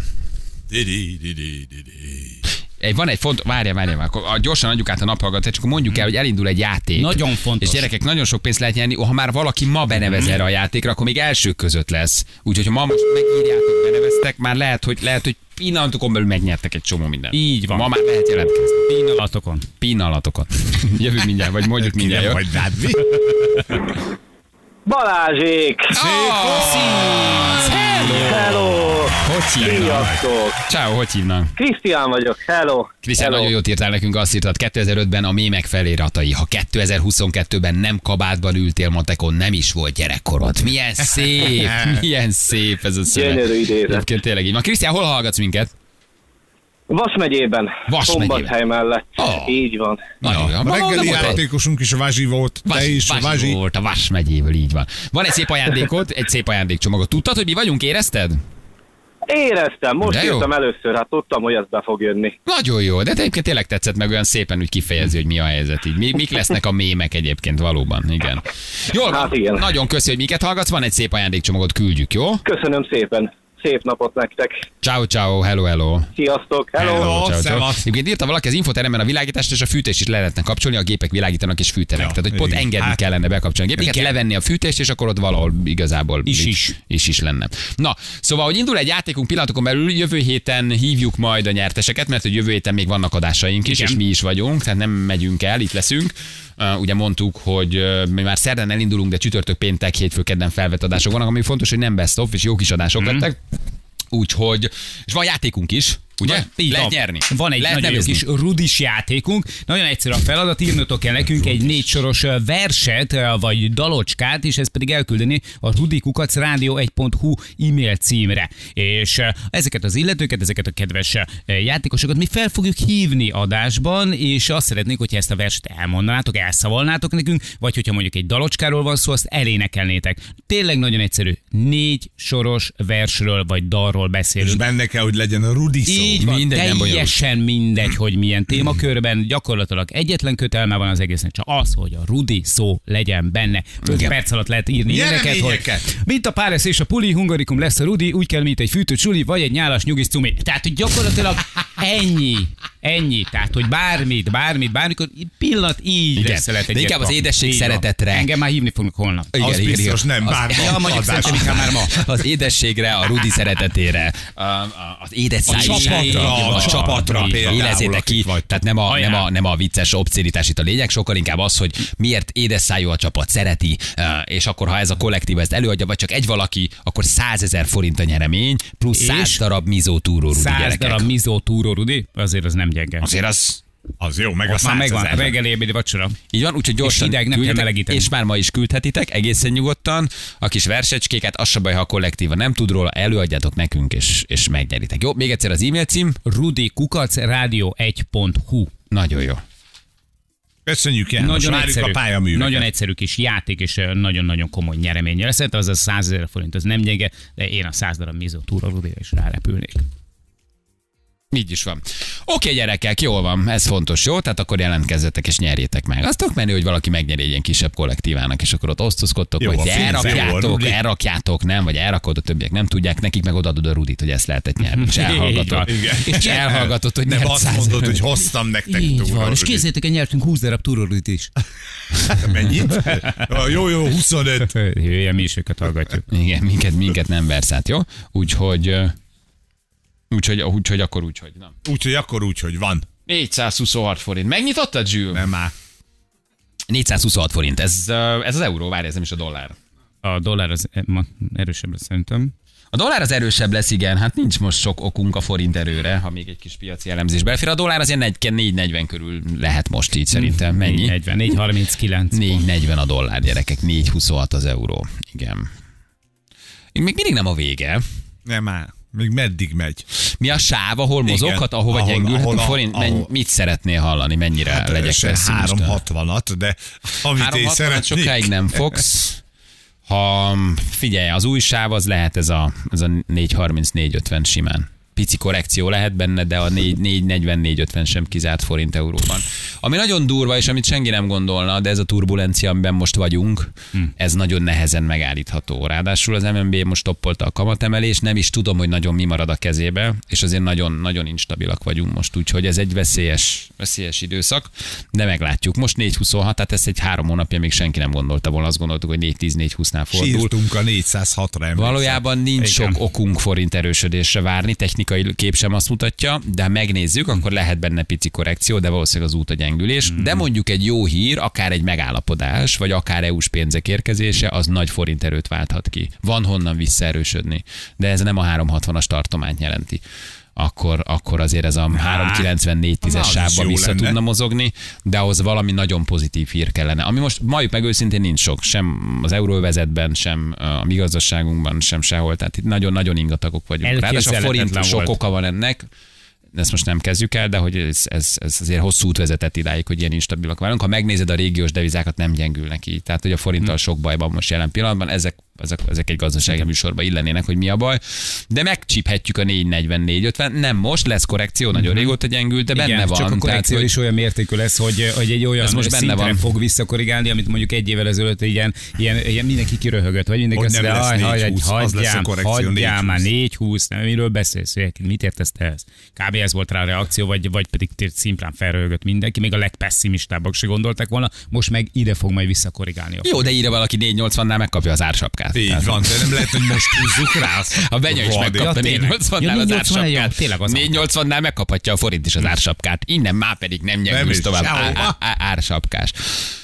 Egy, van egy font, várjál, várjál, várjál, gyorsan adjuk át a naphallgatást, csak mondjuk el, hogy elindul egy játék. Nagyon fontos. És gyerekek, nagyon sok pénzt lehet nyerni, ha már valaki ma benevez erre a játékra, akkor még elsők között lesz. Úgyhogy ha ma most megírjátok, beneveztek, már lehet, hogy, lehet, hogy pillanatokon belül megnyertek egy csomó mindent. Így van. Ma már lehet jelentkezni. Pillanatokon. Pillanatokon. Jövünk mindjárt, vagy mondjuk mindjárt. Jó? Vagy rád mi? Balázsék! Oh, hello! Hello! Hogy hívnak? Sziasztok! Ciao, hogy hívnak? Krisztián vagyok, hello! Krisztián, nagyon jót írtál nekünk, azt írtad, kétezer-ötben a mémek feliratai. Ha kétezer-huszonkettőben nem kabátban ültél matekon, nem is volt gyerekkorod. Milyen szép, milyen szép ez a szöveg. Gyönyörű idézet. Egyébként tényleg így van. Krisztián, hol hallgatsz minket? Vas megyében. Vas Szombathely mellett. Oh. Így van. Nagyon jó. A reggeli játékosunk is a Vázsi volt. Vas, te is, Vázsi Vázsi. volt, a Vas megyéből, így van. Van egy szép ajándékod, egy szép ajándékcsomagot. Tudtad, hogy mi vagyunk, érezted? Éreztem, most De jó. írtam először, hát tudtam, hogy ez be fog jönni. Nagyon jó, de te egyébként tényleg tetszett, meg olyan szépen úgy kifejezi, hogy mi a helyzet így. Mi, mik lesznek a mémek egyébként valóban, igen. Jól van, Hát igen. nagyon köszi, hogy miket hallgatsz, van egy szép ajándékcsomagot, küldjük, jó? Köszönöm szépen. Szép napot nektek. Ciao, ciao, hello, hello. Sziasztok, hello! Hello. Ciao, ciao. szevasz. Egyébként írta valaki az infoteremben a világítást és a fűtést is le lehetne kapcsolni, a gépek világítanak és fűtenek. Ja, Tehát, hogy pont igen. engedni Hát- kellene bekapcsolni a gépeket, Igen. levenni a fűtést, és akkor ott valahol igazából Is így- is. is is lenne. Na, szóval, hogy indul egy játékunk pillanatokon belül, jövő héten hívjuk majd a nyerteseket, mert hogy jövő héten még vannak adásaink is, Igen. és mi is vagyunk, tehát nem megyünk el, itt leszünk. Uh, ugye mondtuk, hogy uh, mi már szerdán elindulunk, de csütörtök, péntek, hétfő, kedden felvett adások vannak, ami fontos, hogy nem best of, és jó kis adások Mhm. lettek. Úgyhogy, és van játékunk is, ugye? Van, így Lehet van. nyerni. Van egy Lehet nagyon jó nevezni. kis rudis játékunk. Nagyon egyszerű a feladat, írnotok kell nekünk egy négy soros verset, vagy dalocskát, és ezt pedig elküldeni a rudikukac rádió egy pont hu e-mail címre. És ezeket az illetőket, ezeket a kedves játékosokat mi fel fogjuk hívni adásban, és azt szeretnénk, hogyha ezt a verset elmondanátok, elszavalnátok nekünk, vagy hogyha mondjuk egy dalocskáról van szó, azt elénekelnétek. Tényleg nagyon egyszerű. Négy soros versről, vagy dalról És beszélünk. benne kell, hogy legyen a Rudi szó. Így van, Mindegy, nem teljesen mindegy, hogy milyen témakörben, gyakorlatilag egyetlen kötelme van az egésznek, csak az, hogy a Rudi szó legyen benne. öt perc alatt lehet írni ilyeneket, hogy Nyereményeket. mint a Páres és a Puli, Hungarikum lesz a Rudi, úgy kell, mint egy fűtött suli, vagy egy nyálas nyugis cumi. Tehát, hogy gyakorlatilag ennyi, ennyi. Tehát, hogy bármit, bármit, bármikor, pillanat így Igen. lesz lehet egy De inkább ilyet az kapni. édesség Így van. szeretetre. Engem már hívni fognak holnap. Igen, Az igen, biztos igen. nem, Az- bár ma Ja, mondjuk adás. szerintem inkább már ma. Az édességre, a Rudi szeretetére, a, a, az édes A csapatra, a csapatra például, Élezzétek ki, akik vagytok. tehát nem a, Ajánl. nem, a, nem a vicces obszénitás itt a lényeg, sokkal inkább az, hogy miért édes szájú a csapat, szereti, és akkor ha ez a kollektív ezt előadja, vagy csak egy valaki, akkor százezer forint a nyeremény, plusz És száz darab mizó túró Rudi Száz gyerekek. darab mizó túró Rudi, azért az nem gyenge. Azért az... Az jó, meg a Ott már megvan, százezer. reggeli, ebédi, vacsora. Így van, úgyhogy gyorsan hideg, nem kell küldjetek, melegíteni. és már ma is küldhetitek, egészen nyugodtan, a kis versecskéket, az se baj, ha a kollektíva nem tud róla, előadjátok nekünk, és, és megnyeritek. Jó, még egyszer az e-mail cím, Rudi kukac rádió egy pont hu. nagyon jó. Köszönjük el, most Nagyon várjuk egyszerű, a pályaműveket. nagyon egyszerű kis játék, és ö, nagyon-nagyon komoly nyereménye lesz. Az a százezer forint, az nem gyenge, de én a száz darab mizó túra Rudira is rárepülnék. Így is van. Oké, gyerekek, jól van, ez fontos, jó? Tehát akkor jelentkezzetek és nyerjétek meg. Azt tök menő, hogy valaki megnyeri egy ilyen kisebb kollektívának, és akkor ott osztozkodtok, Jó, vagy a elrakjátok, jó, elrakjátok, nem, vagy elrakod, a többiek nem tudják, nekik meg odaadod a Rudit, hogy ezt lehetett nyerni. És elhallgatod, és elhallgatod, hogy nem nyert azt száz mondod, eurót. hogy hoztam nektek Így van, és túrorudit. kézzétek, nyertünk húsz darab túrorudit is. Mennyit? Jó, jó, huszonöt. Hülye, mi is őket hallgatjuk. Igen, minket, minket nem versz át, jó? Úgyhogy, ö, úgyhogy, úgyhogy akkor úgyhogy. Na. Úgyhogy akkor úgy, hogy van. négyszázhuszonhat forint. Megnyitottad, Zsül? Nem már. négyszázhuszonhat forint. Ez, ö, ez az euró, várj, ez nem is a dollár. A dollár az e- ma erősebb lesz szerintem. A dollár az erősebb lesz, igen, hát nincs most sok okunk a forint erőre, ha még egy kis piaci elemzés belefér. A dollár az ilyen négy negyven körül lehet most így szerintem. Mennyi? négy negyven, négy harminckilenc. négy negyven a dollár, gyerekek, négy huszonhat az euró. Igen. Még mindig nem a vége. Nem már. Még meddig megy? Mi a sáv, ahol mozoghat, ahova ahol- gyengülhet ahol a a- forint? ahol- Menny, mit szeretnél hallani? Mennyire hát legyek se pessimista? háromszázhatvanat, de amit én háromszázhatvanat szeretnék. sokáig nem fogsz. Ha figyelj, az új sáv az lehet ez a, ez a négy harminc négy ötven simán. Pici korrekció lehet benne, de a négy negyven négy ötven sem kizárt forint euróban. Ami nagyon durva, és amit senki nem gondolna, de ez a turbulencia, amiben most vagyunk, hm. ez nagyon nehezen megállítható. Ráadásul az em en bé most toppolta a kamatemelés, nem is tudom, hogy nagyon mi marad a kezébe, és azért nagyon, nagyon instabilak vagyunk most, úgyhogy ez egy veszélyes, veszélyes időszak, de meglátjuk. Most négy huszonhat, tehát ezt egy három hónapja még senki nem gondolta volna, azt gondoltuk, hogy négy tíz négy húsznál fordul. Sírtunk a négyszázhatra. Valójában nincs Igen. sok okunk forint erősödésre várni, technikai kép sem azt mutatja, de ha megnézzük, akkor lehet benne pici korrekció, de valószínűleg az út a gyengülés. De mondjuk egy jó hír, akár egy megállapodás, vagy akár é u-s pénzek érkezése, az nagy forint erőt válthat ki. Van honnan visszaerősödni, de ez nem a háromszázhatvanas tartományt jelenti. Akkor, akkor azért ez a három kilencvennégy tízes sávban vissza lenne. tudna mozogni, de ahhoz valami nagyon pozitív hír kellene. Ami most, valljuk meg őszintén, nincs sok, sem az euróvezetben, sem a mi gazdaságunkban, sem sehol. Tehát itt nagyon-nagyon ingatagok vagyunk. Ráadásul a forint sok oka van ennek, ezt most nem kezdjük el, de hogy ez, ez, ez azért hosszú út vezetett idáig, hogy ilyen instabilak vagyunk. Ha megnézed a régiós devizákat, nem gyengülnek így. Tehát, hogy a forinttal sok bajban most jelen pillanatban, ezek, ezek, ezek egy gazdasági műsorba illenének, hogy mi a baj. De megcsíphetjük a négy negyven négy ötven, nem most, lesz korrekció, nagyon régóta gyengült, de benne Igen, van. csak a korrekció tehát, is olyan mértékű lesz, hogy, hogy egy olyan Ez most benne szintre van. fog visszakorrigálni, amit mondjuk egy évvel ezelőtt ilyen, ilyen, ilyen mindenki kiröhögött, vagy mindenki Hogy azt nem mondja, lesz "Haj, négy húsz, hagyj- az lesz a hagyjám, korrekció, hagyjám négy már húsz." négy húsz, nem, miről beszélsz, mit értesz te ez? Kb. Ez volt rá a reakció, vagy, vagy pedig szimplán felröhögött mindenki, még a legpesszimistábbak se gondolták volna, most meg ide fog majd visszakorrigálni. A jó, de írja valaki négy nyolcvannál megkapja az ársapkát. Így Tehát- van, de nem lehet, hogy most húzzuk rá. A Benya is Vad- megkapta Ja, négy tényleg. nyolcvannál Ja, az négy nyolcvan, jó, ársapkát. tényleg az négy nyolcvannál megkaphatja a forint is az ársapkát. Innen már pedig nem nyengülsz is tovább. sehova. Á- á- Ársapkás.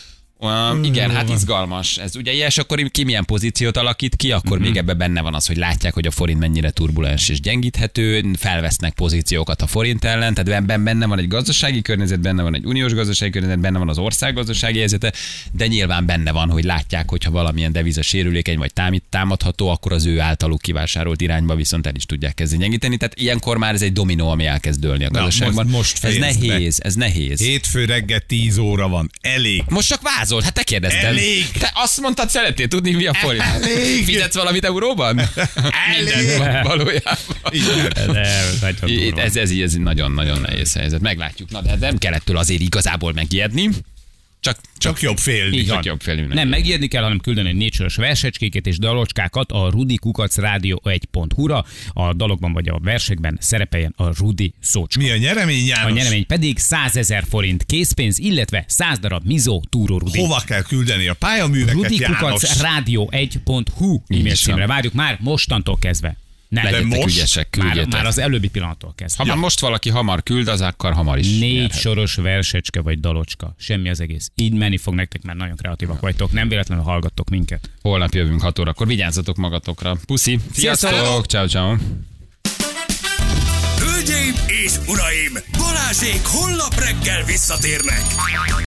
Um, igen, hát izgalmas. Ez ugye ilyes, akkor ki milyen pozíciót alakít ki, akkor Mhm. még ebben benne van az, hogy látják, hogy a forint mennyire turbulens és gyengíthető, felvesznek pozíciókat a forint ellen, tehát ebben benne van egy gazdasági környezet, benne van egy uniós gazdasági környezet, benne van az ország gazdasági helyzete, de nyilván benne van, hogy látják, hogyha valamilyen deviza sérülékeny vagy támít, támadható, akkor az ő általuk kivásárolt irányba viszont el is tudják kezdeni gyengíteni. Tehát ilyenkor már ez egy dominó, ami elkezd dőlni a gazdaságban. most- most ez fejezd be. nehéz, ez nehéz. Hétfő reggel tíz óra van. Elég. Most csak vázolt, hát te kérdezted. Elég. Te azt mondtad, szeretnél tudni, mi a forint. Elég. Fizetsz valamit euróban? Elég. Minden valójában. Igen. De, nagyon Itt durva. Ez, ez, ez nagyon-nagyon nehéz helyzet. Meglátjuk. Na, de nem kell ettől azért igazából megijedni. Csak, Csak jobb félni. Így csak van. jobb felülnek. Nem megijedni kell, hanem küldeni négysoros versecskéket és dalocskákat a Rudi Kukac Rádió egy pont hu-ra. A dalokban vagy a versekben szerepeljen a Rudi szócska. Mi a nyeremény, János? A nyeremény pedig százezer forint készpénz, illetve száz darab Mizó Túró Rudi. Hova kell küldeni a pályaműveket, Rudi János? Kukac Rádió egy pont hu e-mail is címre van. várjuk már mostantól kezdve. Nem, Legyetek most? ügyesek, már, küldjetek. már az előbbi pillanattól kezdve. Ha már most valaki hamar küld, az akkor hamar is. Négy nyerhet. soros versecske vagy dalocska. Semmi az egész. Így menni fog nektek, mert nagyon kreatívak vagytok. Nem véletlenül hallgattok minket. Holnap jövünk hat órakor. Vigyázzatok magatokra. Puszi. Sziasztok. Ciao, ciao. Hölgyeim és uraim, Balázsék holnap reggel visszatérnek.